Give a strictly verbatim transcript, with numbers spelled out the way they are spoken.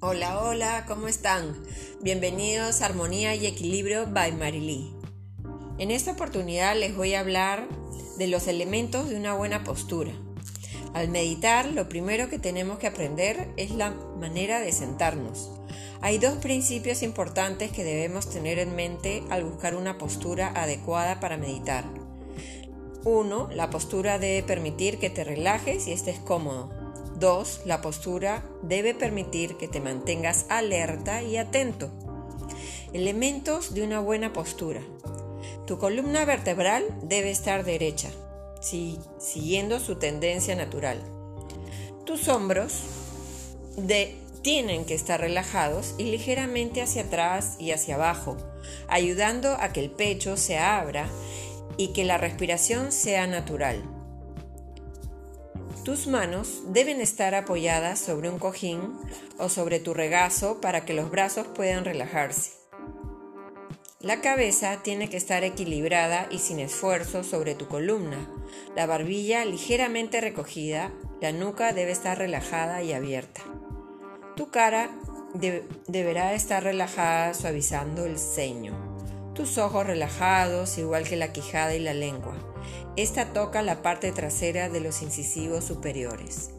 Hola, hola, ¿cómo están? Bienvenidos a Armonía y Equilibrio by Marilí. En esta oportunidad les voy a hablar de los elementos de una buena postura. Al meditar, lo primero que tenemos que aprender es la manera de sentarnos. Hay dos principios importantes que debemos tener en mente al buscar una postura adecuada para meditar. Uno, la postura debe permitir que te relajes y estés cómodo. Dos, la postura debe permitir que te mantengas alerta y atento. Elementos de una buena postura. Tu columna vertebral debe estar derecha, si, siguiendo su tendencia natural. Tus hombros de, tienen que estar relajados y ligeramente hacia atrás y hacia abajo, ayudando a que el pecho se abra y que la respiración sea natural. Tus manos deben estar apoyadas sobre un cojín o sobre tu regazo para que los brazos puedan relajarse. La cabeza tiene que estar equilibrada y sin esfuerzo sobre tu columna, la barbilla ligeramente recogida, la nuca debe estar relajada y abierta. Tu cara de- deberá estar relajada suavizando el ceño. Tus ojos relajados, igual que la quijada y la lengua. Esta toca la parte trasera de los incisivos superiores.